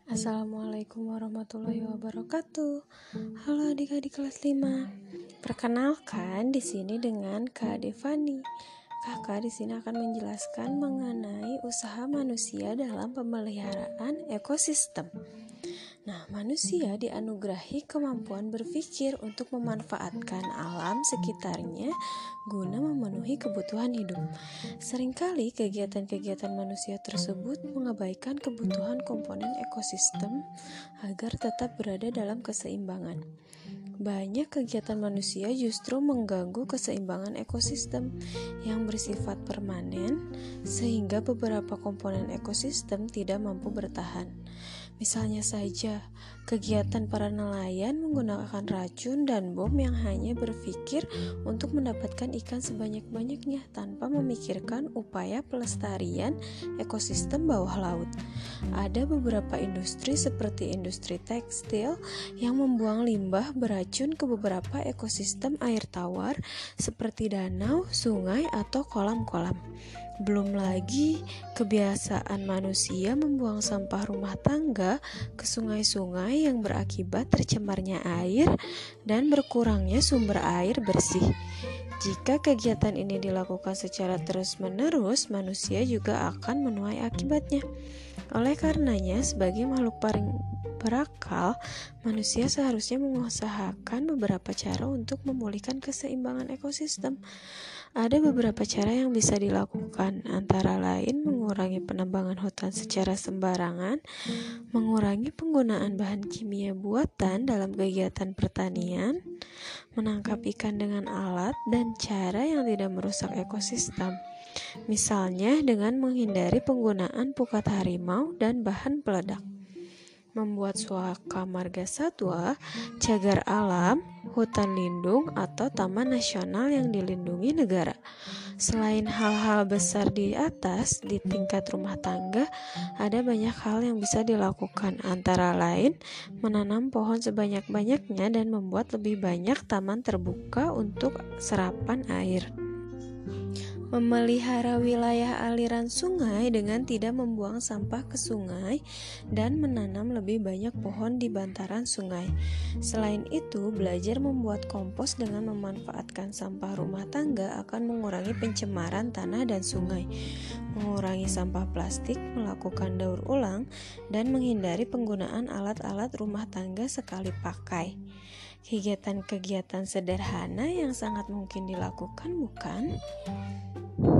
Assalamualaikum warahmatullahi wabarakatuh. Halo adik-adik kelas 5. Perkenalkan di sini dengan Kak Devani. Kakak di sini akan menjelaskan mengenai usaha manusia dalam pemeliharaan ekosistem. Nah, manusia dianugerahi kemampuan berpikir untuk memanfaatkan alam sekitarnya guna memenuhi kebutuhan hidup. Seringkali kegiatan-kegiatan manusia tersebut mengabaikan kebutuhan komponen ekosistem agar tetap berada dalam keseimbangan. Banyak kegiatan manusia justru mengganggu keseimbangan ekosistem yang bersifat permanen, sehingga beberapa komponen ekosistem tidak mampu bertahan. Misalnya saja, kegiatan para nelayan menggunakan racun dan bom yang hanya berpikir untuk mendapatkan ikan sebanyak-banyaknya tanpa memikirkan upaya pelestarian ekosistem bawah laut. Ada beberapa industri seperti industri tekstil yang membuang limbah beracun ke beberapa ekosistem air tawar seperti danau, sungai, atau kolam-kolam. Belum lagi kebiasaan manusia membuang sampah rumah tangga ke sungai-sungai yang berakibat tercemarnya air dan berkurangnya sumber air bersih. Jika kegiatan ini dilakukan secara terus-menerus, manusia juga akan menuai akibatnya. Oleh karenanya, sebagai makhluk paling berakal, manusia seharusnya mengusahakan beberapa cara untuk memulihkan keseimbangan ekosistem. Ada beberapa cara yang bisa dilakukan, antara lain mengurangi penebangan hutan secara sembarangan, mengurangi penggunaan bahan kimia buatan dalam kegiatan pertanian, menangkap ikan dengan alat dan cara yang tidak merusak ekosistem. Misalnya dengan menghindari penggunaan pukat harimau dan bahan peledak. Membuat suaka marga satwa, cagar alam, hutan lindung, atau taman nasional yang dilindungi negara. Selain hal-hal besar di atas, di tingkat rumah tangga, ada banyak hal yang bisa dilakukan, antara lain menanam pohon sebanyak-banyaknya dan membuat lebih banyak taman terbuka untuk serapan air. Memelihara wilayah aliran sungai dengan tidak membuang sampah ke sungai dan menanam lebih banyak pohon di bantaran sungai. Selain itu, belajar membuat kompos dengan memanfaatkan sampah rumah tangga akan mengurangi pencemaran tanah dan sungai, mengurangi sampah plastik, melakukan daur ulang, dan menghindari penggunaan alat-alat rumah tangga sekali pakai. Kegiatan-kegiatan sederhana yang sangat mungkin dilakukan, bukan?